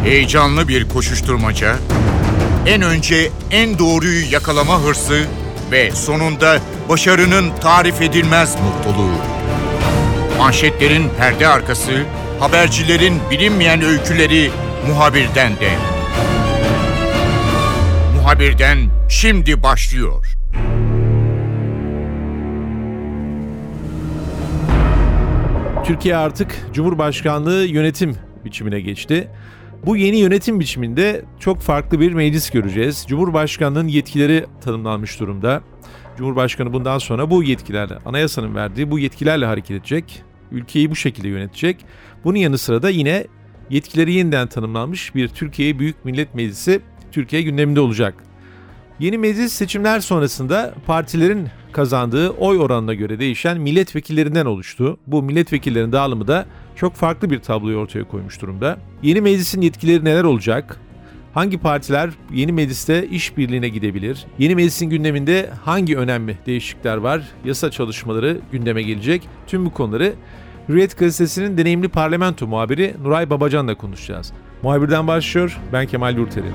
Heyecanlı bir koşuşturmaca, en önce en doğruyu yakalama hırsı ve sonunda başarının tarif edilmez mutluluğu. Manşetlerin perde arkası, habercilerin bilinmeyen öyküleri Muhabir'den de. Muhabir'den şimdi başlıyor. Türkiye artık Cumhurbaşkanlığı yönetim biçimine geçti. Bu yeni yönetim biçiminde çok farklı bir meclis göreceğiz. Cumhurbaşkanlığının yetkileri tanımlanmış durumda. Cumhurbaşkanı bundan sonra bu yetkilerle, anayasanın verdiği bu yetkilerle hareket edecek. Ülkeyi bu şekilde yönetecek. Bunun yanı sıra da yine yetkileri yeniden tanımlanmış bir Türkiye Büyük Millet Meclisi Türkiye gündeminde olacak. Yeni meclis seçimler sonrasında partilerin kazandığı oy oranına göre değişen milletvekillerinden oluştu. Bu milletvekillerinin dağılımı da çok farklı bir tabloyu ortaya koymuş durumda. Yeni meclisin yetkileri neler olacak? Hangi partiler yeni mecliste işbirliğine gidebilir? Yeni meclisin gündeminde hangi önemli değişiklikler var? Yasa çalışmaları gündeme gelecek. Tüm bu konuları Hürriyet Gazetesi'nin deneyimli parlamento muhabiri Nuray Babacan'la konuşacağız. Muhabirden başlıyor. Ben Kemal Yurteri.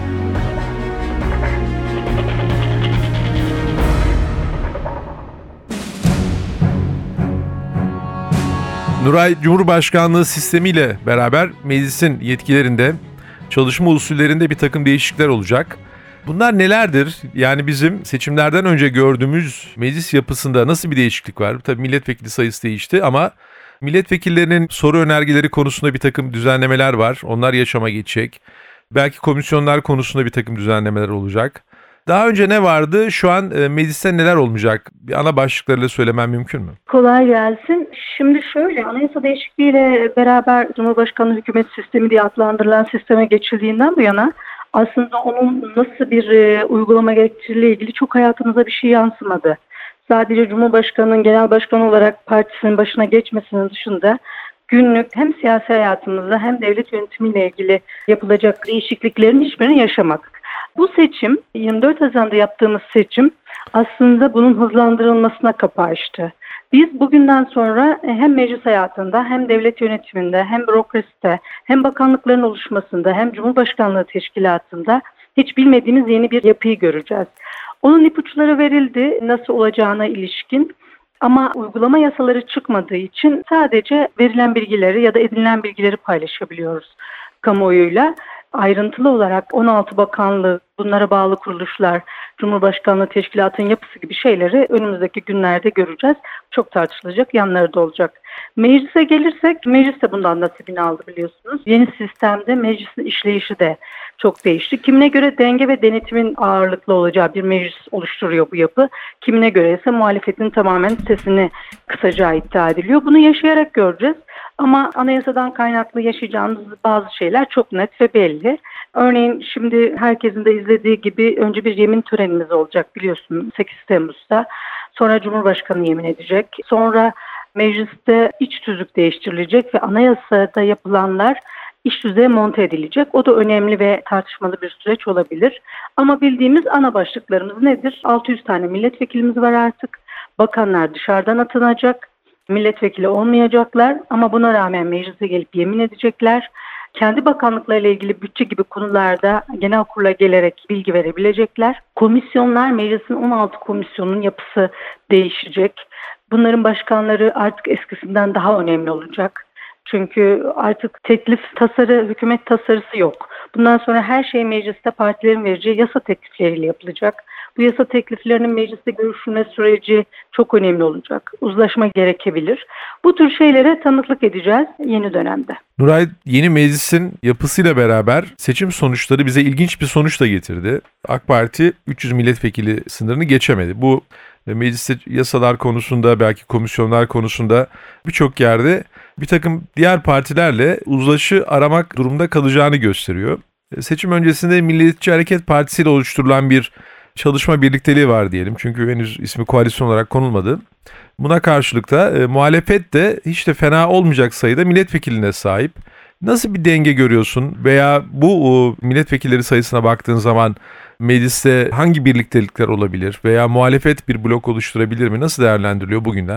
Nuray, Cumhurbaşkanlığı sistemiyle beraber meclisin yetkilerinde, çalışma usullerinde bir takım değişiklikler olacak. Bunlar nelerdir? Yani bizim seçimlerden önce gördüğümüz meclis yapısında nasıl bir değişiklik var? Tabii milletvekili sayısı değişti ama milletvekillerinin soru önergeleri konusunda bir takım düzenlemeler var. Onlar yaşama geçecek. Belki komisyonlar konusunda bir takım düzenlemeler olacak. Daha önce ne vardı? Şu an mecliste neler olmayacak? Bir ana başlıklarıyla söylemem mümkün mü? Kolay gelsin. Şimdi şöyle, anayasa değişikliğiyle beraber Cumhurbaşkanlığı hükümet sistemi diye adlandırılan sisteme geçildiğinden bu yana aslında onun nasıl bir uygulama gerektirdiğiyle ilgili çok hayatımıza bir şey yansımadı. Sadece Cumhurbaşkanı'nın genel başkan olarak partisinin başına geçmesinin dışında günlük hem siyasi hayatımızda hem devlet yönetimiyle ilgili yapılacak değişikliklerin hiçbirini yaşamadık. Bu seçim, 24 Haziran'da yaptığımız seçim aslında bunun hızlandırılmasına kapı açtı. Biz bugünden sonra hem meclis hayatında hem devlet yönetiminde hem bürokraside hem bakanlıkların oluşmasında hem Cumhurbaşkanlığı teşkilatında hiç bilmediğimiz yeni bir yapıyı göreceğiz. Onun ipuçları verildi nasıl olacağına ilişkin ama uygulama yasaları çıkmadığı için sadece verilen bilgileri ya da edinilen bilgileri paylaşabiliyoruz kamuoyuyla. Ayrıntılı olarak 16 bakanlığı, bunlara bağlı kuruluşlar, Cumhurbaşkanlığı Teşkilatı'nın yapısı gibi şeyleri önümüzdeki günlerde göreceğiz. Çok tartışılacak yanları da olacak. Meclise gelirsek, meclis de bundan nasibini aldı biliyorsunuz. Yeni sistemde meclisin işleyişi de çok değişti. Kimine göre denge ve denetimin ağırlıklı olacağı bir meclis oluşturuyor bu yapı. Kimine göre ise muhalefetin tamamen sesini kısacağı iddia ediliyor. Bunu yaşayarak göreceğiz. Ama anayasadan kaynaklı yaşayacağımız bazı şeyler çok net ve belli. Örneğin şimdi herkesin de izlediği gibi önce bir yemin törenimiz olacak biliyorsunuz 8 Temmuz'da. Sonra Cumhurbaşkanı yemin edecek. Sonra mecliste iç tüzük değiştirilecek ve anayasada yapılanlar iç düzeye monte edilecek. O da önemli ve tartışmalı bir süreç olabilir. Ama bildiğimiz ana başlıklarımız nedir? 600 tane milletvekilimiz var artık. Bakanlar dışarıdan atanacak. Milletvekili olmayacaklar ama buna rağmen meclise gelip yemin edecekler. Kendi bakanlıklarıyla ilgili bütçe gibi konularda genel kurula gelerek bilgi verebilecekler. Komisyonlar, meclisin 16 komisyonun yapısı değişecek. Bunların başkanları artık eskisinden daha önemli olacak. Çünkü artık teklif tasarı, hükümet tasarısı yok. Bundan sonra her şey mecliste partilerin vereceği yasa teklifleriyle yapılacak. Bu yasa tekliflerinin mecliste görüşülme süreci çok önemli olacak. Uzlaşma gerekebilir. Bu tür şeylere tanıklık edeceğiz yeni dönemde. Nuray, yeni meclisin yapısıyla beraber seçim sonuçları bize ilginç bir sonuç da getirdi. AK Parti 300 milletvekili sınırını geçemedi. Bu mecliste yasalar konusunda, belki komisyonlar konusunda birçok yerde bir takım diğer partilerle uzlaşı aramak durumunda kalacağını gösteriyor. Seçim öncesinde Milliyetçi Hareket Partisi ile oluşturulan bir çalışma birlikteliği var diyelim. Çünkü henüz ismi koalisyon olarak konulmadı. Buna karşılık da muhalefet de hiç de fena olmayacak sayıda milletvekiline sahip. Nasıl bir denge görüyorsun veya bu milletvekilleri sayısına baktığın zaman mecliste hangi birliktelikler olabilir veya muhalefet bir blok oluşturabilir mi? Nasıl değerlendiriliyor bugünden?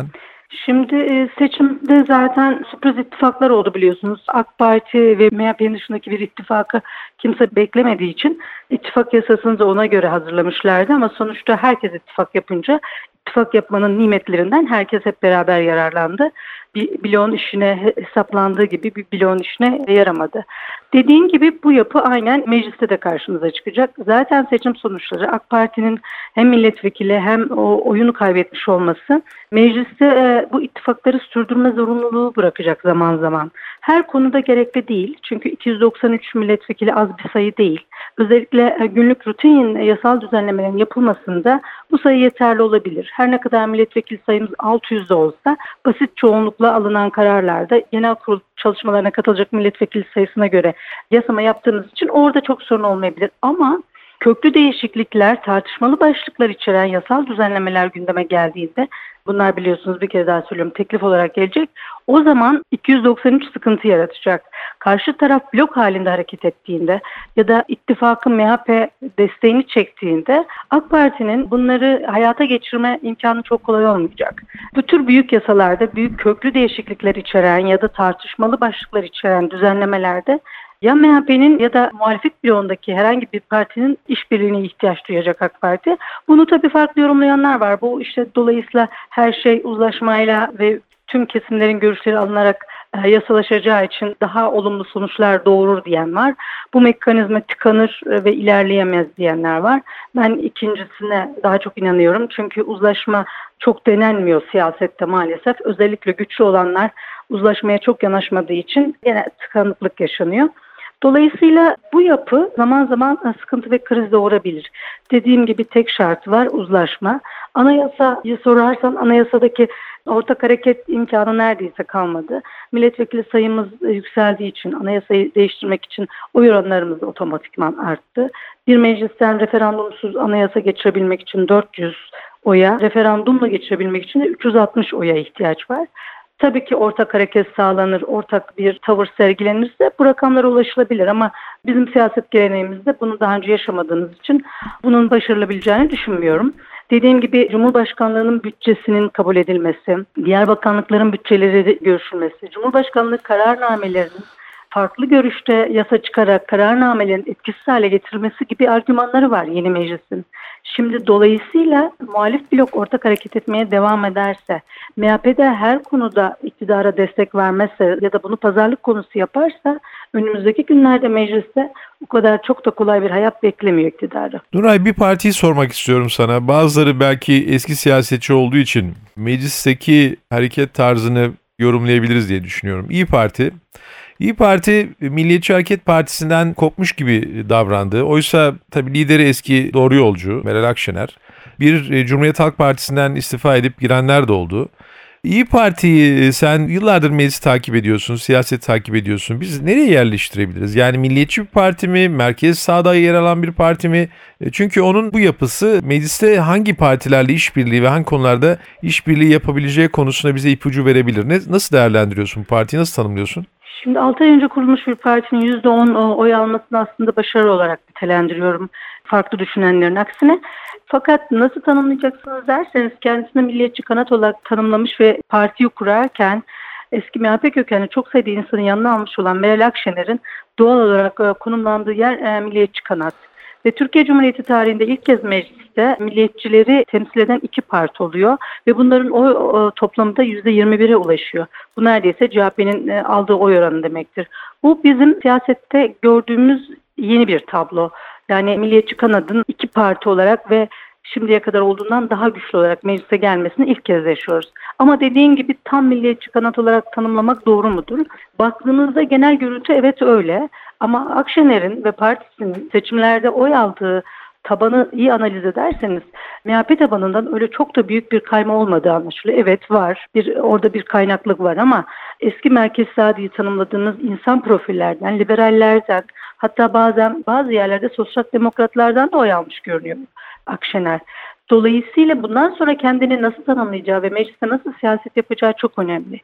Şimdi seçimde zaten sürpriz ittifaklar oldu biliyorsunuz. AK Parti ve MHP'nin dışındaki bir ittifakı kimse beklemediği için ittifak yasasını da ona göre hazırlamışlardı. Ama sonuçta herkes ittifak yapınca ittifak yapmanın nimetlerinden herkes hep beraber yararlandı. Bir bloğun işine hesaplandığı gibi bir bloğun işine yaramadı. Dediğin gibi bu yapı aynen mecliste de karşımıza çıkacak. Zaten seçim sonuçları AK Parti'nin hem milletvekili hem o oyunu kaybetmiş olması mecliste bu ittifakları sürdürme zorunluluğu bırakacak zaman zaman. Her konuda gerekli değil. Çünkü 293 milletvekili az bir sayı değil. Özellikle günlük rutin yasal düzenlemelerin yapılmasında bu sayı yeterli olabilir. Her ne kadar milletvekili sayımız 600 de olsa basit çoğunlukla alınan kararlarda genel kurul çalışmalarına katılacak milletvekili sayısına göre yasama yaptığımız için orada çok sorun olmayabilir. Ama köklü değişiklikler, tartışmalı başlıklar içeren yasal düzenlemeler gündeme geldiğinde, bunlar biliyorsunuz bir kere daha söylüyorum teklif olarak gelecek, o zaman 293 sıkıntı yaratacak. Karşı taraf blok halinde hareket ettiğinde ya da ittifakın MHP desteğini çektiğinde AK Parti'nin bunları hayata geçirme imkanı çok kolay olmayacak. Bu tür büyük yasalarda, büyük köklü değişiklikler içeren ya da tartışmalı başlıklar içeren düzenlemelerde ya MHP'nin ya da muhalefet bloğundaki herhangi bir partinin işbirliğine ihtiyaç duyacak AK Parti. Bunu tabii farklı yorumlayanlar var. Bu işte dolayısıyla her şey uzlaşmayla ve tüm kesimlerin görüşleri alınarak yasalaşacağı için daha olumlu sonuçlar doğurur diyen var. Bu mekanizma tıkanır ve ilerleyemez diyenler var. Ben ikincisine daha çok inanıyorum. Çünkü uzlaşma çok denenmiyor siyasette maalesef. Özellikle güçlü olanlar uzlaşmaya çok yanaşmadığı için gene tıkanıklık yaşanıyor. Dolayısıyla bu yapı zaman zaman sıkıntı ve kriz doğurabilir. Dediğim gibi tek şart var, uzlaşma. Anayasayı sorarsan anayasadaki ortak hareket imkanı neredeyse kalmadı. Milletvekili sayımız yükseldiği için anayasayı değiştirmek için oy oranlarımız da otomatikman arttı. Bir meclisten referandumsuz anayasa geçirebilmek için 400 oya, referandumla geçirebilmek için de 360 oya ihtiyaç var. Tabii ki ortak hareket sağlanır, ortak bir tavır sergilenirse bu rakamlara ulaşılabilir ama bizim siyaset geleneğimizde bunu daha önce yaşamadığımız için bunun başarılabileceğini düşünmüyorum. Dediğim gibi Cumhurbaşkanlığının bütçesinin kabul edilmesi, diğer bakanlıkların bütçeleri görüşülmesi, Cumhurbaşkanlığı kararnamelerinin farklı görüşte yasa çıkarak kararnamelerin etkisiz hale getirilmesi gibi argümanları var yeni meclisin. Şimdi dolayısıyla muhalif blok ortak hareket etmeye devam ederse, MHP de her konuda iktidara destek vermezse ya da bunu pazarlık konusu yaparsa önümüzdeki günlerde mecliste bu kadar çok da kolay bir hayat beklemiyor iktidarı. Nuray, bir partiyi sormak istiyorum sana. Bazıları belki eski siyasetçi olduğu için meclisteki hareket tarzını yorumlayabiliriz diye düşünüyorum. İYİ Parti. İYİ Parti Milliyetçi Hareket Partisi'nden kopmuş gibi davrandı. Oysa tabii lideri eski doğru yolcu Meral Akşener. Bir Cumhuriyet Halk Partisi'nden istifa edip girenler de oldu. İYİ Parti'yi sen yıllardır meclis takip ediyorsun, siyaset takip ediyorsun. Biz nereye yerleştirebiliriz? Yani milliyetçi bir parti mi, merkez sağda yer alan bir parti mi? Çünkü onun bu yapısı mecliste hangi partilerle işbirliği ve hangi konularda işbirliği yapabileceği konusunda bize ipucu verebilir. Nasıl değerlendiriyorsun bu partiyi, nasıl tanımlıyorsun? Şimdi 6 ay önce kurulmuş bir partinin %10 oy almasını aslında başarı olarak nitelendiriyorum farklı düşünenlerin aksine. Fakat nasıl tanımlayacaksınız derseniz kendisini milliyetçi kanat olarak tanımlamış ve partiyi kurarken eski MHP kökenli çok sayıda insanın yanına almış olan Meral Akşener'in doğal olarak konumlandığı yer milliyetçi kanat. Ve Türkiye Cumhuriyeti tarihinde ilk kez mecliste milliyetçileri temsil eden iki parti oluyor ve bunların oy toplamı da %21'e ulaşıyor. Bu neredeyse CHP'nin aldığı oy oranı demektir. Bu bizim siyasette gördüğümüz yeni bir tablo. Yani milliyetçi kanadın iki parti olarak ve şimdiye kadar olduğundan daha güçlü olarak meclise gelmesini ilk kez yaşıyoruz. Ama dediğim gibi tam milliyetçi kanat olarak tanımlamak doğru mudur? Baktığınızda genel görüntü evet öyle. Ama Akşener'in ve partisinin seçimlerde oy aldığı tabanı iyi analiz ederseniz MHP tabanından öyle çok da büyük bir kayma olmadığı anlaşılıyor. Evet var. Orada bir kaynaklık var ama eski merkez sağ diye tanımladığımız insan profillerden, liberallerden, hatta bazen bazı yerlerde sosyal demokratlardan da oy almış görünüyor Akşener. Dolayısıyla bundan sonra kendini nasıl tanımlayacağı ve mecliste nasıl siyaset yapacağı çok önemli.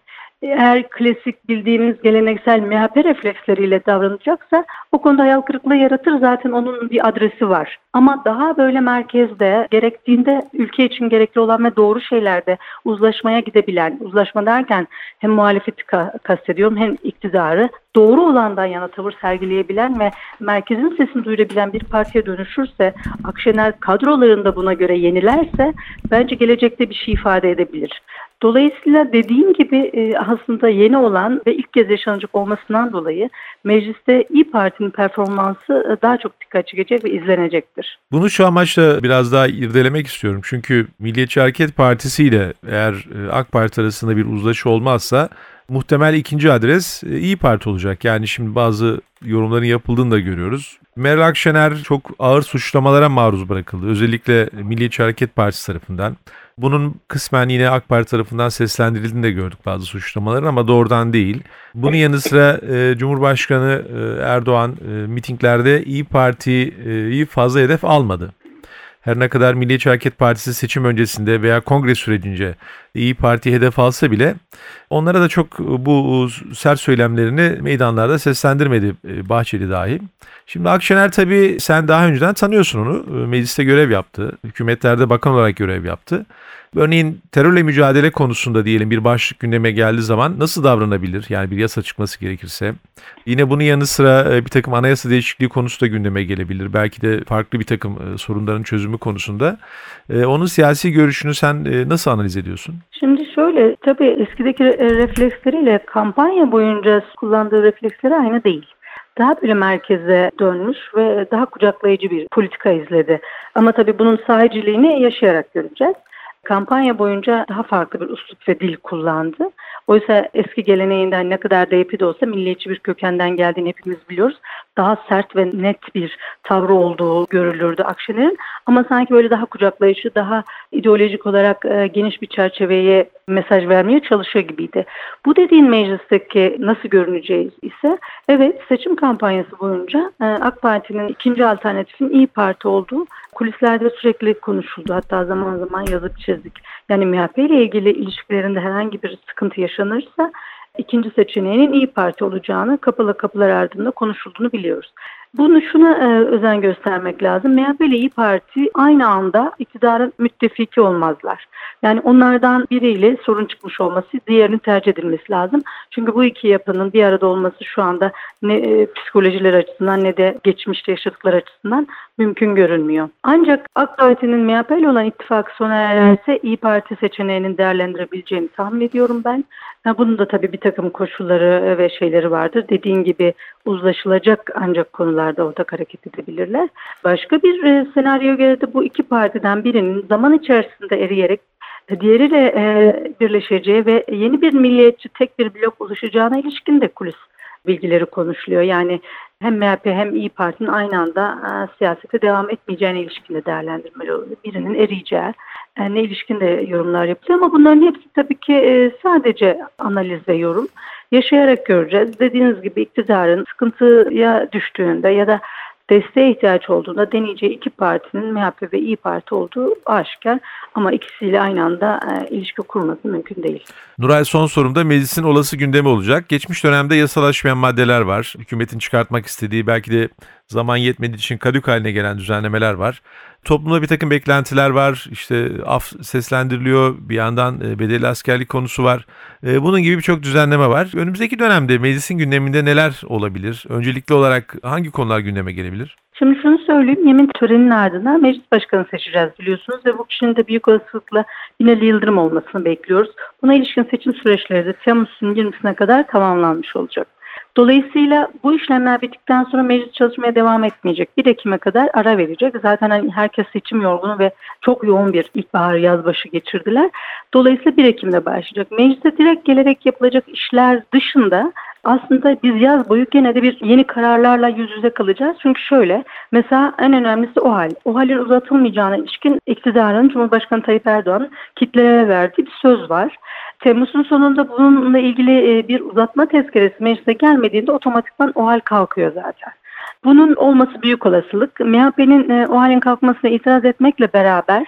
eğer klasik bildiğimiz geleneksel MHP refleksleriyle davranacaksa o konuda hayal kırıklığı yaratır. Zaten onun bir adresi var. Ama daha böyle merkezde, gerektiğinde ülke için gerekli olan ve doğru şeylerde uzlaşmaya gidebilen, uzlaşma derken hem muhalefeti kastediyorum hem iktidarı doğru olandan yana tavır sergileyebilen ve merkezin sesini duyurabilen bir partiye dönüşürse, Akşener kadrolarında buna göre yenilerse bence gelecekte bir şey ifade edebilir. Dolayısıyla dediğim gibi aslında yeni olan ve ilk kez yaşanacak olmasından dolayı mecliste İYİ Parti'nin performansı daha çok dikkat çekecek ve izlenecektir. Bunu şu amaçla biraz daha irdelemek istiyorum. Çünkü Milliyetçi Hareket Partisi ile eğer AK Parti arasında bir uzlaşı olmazsa muhtemel ikinci adres İYİ Parti olacak. Yani şimdi bazı yorumların yapıldığını da görüyoruz. Meral Akşener çok ağır suçlamalara maruz bırakıldı. Özellikle Milliyetçi Hareket Partisi tarafından. Bunun kısmen yine AK Parti tarafından seslendirildiğini de gördük bazı suçlamaların ama doğrudan değil. Bunun yanı sıra Cumhurbaşkanı Erdoğan mitinglerde İYİ Parti'yi fazla hedef almadı. Her ne kadar Milliyetçi Hareket Partisi seçim öncesinde veya kongre sürecince İYİ Parti'yi hedef alsa bile onlara da çok bu sert söylemlerini meydanlarda seslendirmedi Bahçeli dahi. Şimdi Akşener tabii sen daha önceden tanıyorsun onu. Mecliste görev yaptı. Hükümetlerde bakan olarak görev yaptı. Örneğin terörle mücadele konusunda diyelim bir başlık gündeme geldiği zaman nasıl davranabilir? Yani bir yasa çıkması gerekirse. Yine bunun yanı sıra bir takım anayasa değişikliği konusu da gündeme gelebilir. Belki de farklı bir takım sorunların çözümü konusunda. Onun siyasi görüşünü sen nasıl analiz ediyorsun? Şimdi şöyle, tabii eskideki refleksleriyle kampanya boyunca kullandığı refleksleri aynı değil. Daha böyle merkeze dönmüş ve daha kucaklayıcı bir politika izledi. Ama tabii bunun sahiciliğini yaşayarak göreceğiz. Kampanya boyunca daha farklı bir üslup ve dil kullandı. Oysa eski geleneğinden ne kadar DYP de olsa milliyetçi bir kökenden geldiğini hepimiz biliyoruz. Daha sert ve net bir tavrı olduğu görülürdü Akşener'in. Ama sanki böyle daha kucaklayıcı, daha ideolojik olarak geniş bir çerçeveye mesaj vermeye çalışıyor gibiydi. Bu dediğin meclisteki nasıl görüneceği ise evet seçim kampanyası boyunca AK Parti'nin ikinci alternatifin İYİ Parti olduğu kulislerde sürekli konuşuldu. Hatta zaman zaman yazıp çizdik. Yani MHP ile ilgili ilişkilerinde herhangi bir sıkıntı yaşanırsa ikinci seçeneğinin İYİ Parti olacağını kapalı kapılar ardında konuşulduğunu biliyoruz. Bunu şuna özen göstermek lazım. MHP ile İYİ Parti aynı anda iktidarın müttefiki olmazlar. Yani onlardan biriyle sorun çıkmış olması, diğerinin tercih edilmesi lazım. Çünkü bu iki yapının bir arada olması şu anda ne psikolojiler açısından ne de geçmişte yaşadıkları açısından mümkün görünmüyor. Ancak AK Parti'nin MHP ile olan ittifakı sona ererse İYİ Parti seçeneğinin değerlendirebileceğini tahmin ediyorum ben. Bunun da tabii bir takım koşulları ve şeyleri vardır. Dediğin gibi uzlaşılacak ancak konularda ortak hareket edebilirler. Başka bir senaryoya göre de bu iki partiden birinin zaman içerisinde eriyerek diğeriyle birleşeceği ve yeni bir milliyetçi tek bir blok oluşacağına ilişkin de kulis bilgileri konuşuluyor. Yani hem MHP hem İYİ Parti'nin aynı anda siyasete devam etmeyeceğine ilişkin de değerlendirmeler oluyor. Birinin eriyeceği ne ilişkin de yorumlar yapılıyor ama bunların hepsi tabii ki sadece analiz ve yorum. Yaşayarak göreceğiz. Dediğiniz gibi iktidarın sıkıntıya düştüğünde ya da desteğe ihtiyaç olduğunda deneyeceği iki partinin MHP ve İYİ Parti olduğu aşikar ama ikisiyle aynı anda ilişki kurması mümkün değil. Nuray, son sorumda meclisin olası gündemi olacak. Geçmiş dönemde yasalaşmayan maddeler var. Hükümetin çıkartmak istediği, belki de zaman yetmediği için kadük haline gelen düzenlemeler var. Toplumda bir takım beklentiler var. İşte af seslendiriliyor. Bir yandan bedelli askerlik konusu var. Bunun gibi birçok düzenleme var. Önümüzdeki dönemde meclisin gündeminde neler olabilir? Öncelikli olarak hangi konular gündeme gelebilir? Şimdi şunu söyleyeyim, yemin töreninin ardından meclis başkanı seçeceğiz biliyorsunuz ve bu kişinin de büyük olasılıkla Binali Yıldırım olmasını bekliyoruz. Buna ilişkin seçim süreçleri de Temmuz'un 20'sine kadar tamamlanmış olacak. Dolayısıyla bu işlemler bittikten sonra meclis çalışmaya devam etmeyecek. 1 Ekim'e kadar ara verecek. Zaten herkes seçim yorgunu ve çok yoğun bir ilkbahar yazbaşı geçirdiler. Dolayısıyla 1 Ekim'de başlayacak. Meclise direkt gelerek yapılacak işler dışında aslında biz yaz boyu gene de bir yeni kararlarla yüz yüze kalacağız. Çünkü şöyle, mesela en önemlisi OHAL. OHAL'in uzatılmayacağına ilişkin iktidarın Cumhurbaşkanı Tayyip Erdoğan'ın kitlelere verdiği bir söz var. Temmuz'un sonunda bununla ilgili bir uzatma tezkeresi meclise gelmediğinde otomatikman OHAL kalkıyor zaten. Bunun olması büyük olasılık. MHP'nin OHAL'in kalkmasına itiraz etmekle beraber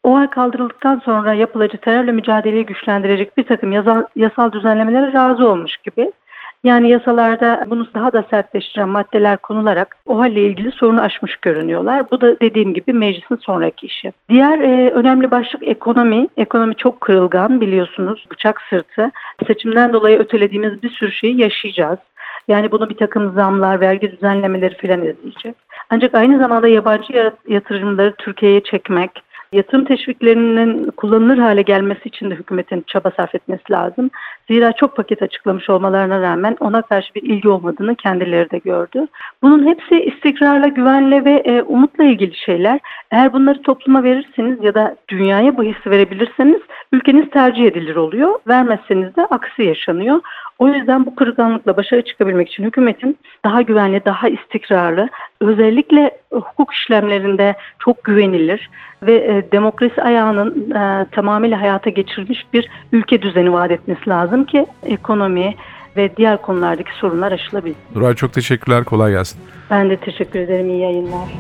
OHAL kaldırıldıktan sonra yapılacak terörle mücadeleyi güçlendirecek bir takım yasal düzenlemelere razı olmuş gibi. Yani yasalarda bunu daha da sertleştiren maddeler konularak OHAL ile ilgili sorunu aşmış görünüyorlar. Bu da dediğim gibi meclisin sonraki işi. Diğer önemli başlık ekonomi. Ekonomi çok kırılgan, biliyorsunuz, bıçak sırtı. Seçimden dolayı ötelediğimiz bir sürü şeyi yaşayacağız. Yani bunu bir takım zamlar, vergi düzenlemeleri falan izleyecek. Ancak aynı zamanda yabancı yatırımları Türkiye'ye çekmek, yatırım teşviklerinin kullanılır hale gelmesi için de hükümetin çaba sarf etmesi lazım. Zira çok paket açıklamış olmalarına rağmen ona karşı bir ilgi olmadığını kendileri de gördü. Bunun hepsi istikrarla, güvenle ve umutla ilgili şeyler. Eğer bunları topluma verirseniz ya da dünyaya bu hissi verebilirseniz ülkeniz tercih edilir oluyor. Vermezseniz de aksi yaşanıyor. O yüzden bu kırılganlıkla başa çıkabilmek için hükümetin daha güvenli, daha istikrarlı, özellikle hukuk işlemlerinde çok güvenilir ve demokrasi ayağının tamamıyla hayata geçirilmiş bir ülke düzeni vaat etmesi lazım ki ekonomi ve diğer konulardaki sorunlar aşılabilsin. Nuray, çok teşekkürler, kolay gelsin. Ben de teşekkür ederim, iyi yayınlar.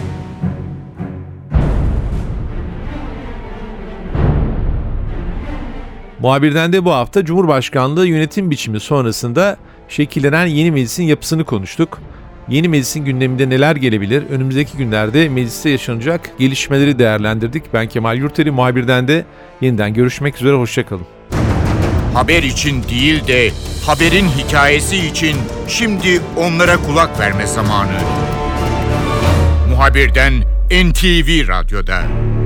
Muhabirden de bu hafta Cumhurbaşkanlığı yönetim biçimi sonrasında şekillenen yeni meclisin yapısını konuştuk. Yeni meclisin gündeminde neler gelebilir? Önümüzdeki günlerde mecliste yaşanacak gelişmeleri değerlendirdik. Ben Kemal Yurteri, Muhabirden de yeniden görüşmek üzere, hoşçakalın. Haber için değil de haberin hikayesi için şimdi onlara kulak verme zamanı. Muhabirden NTV Radyo'da.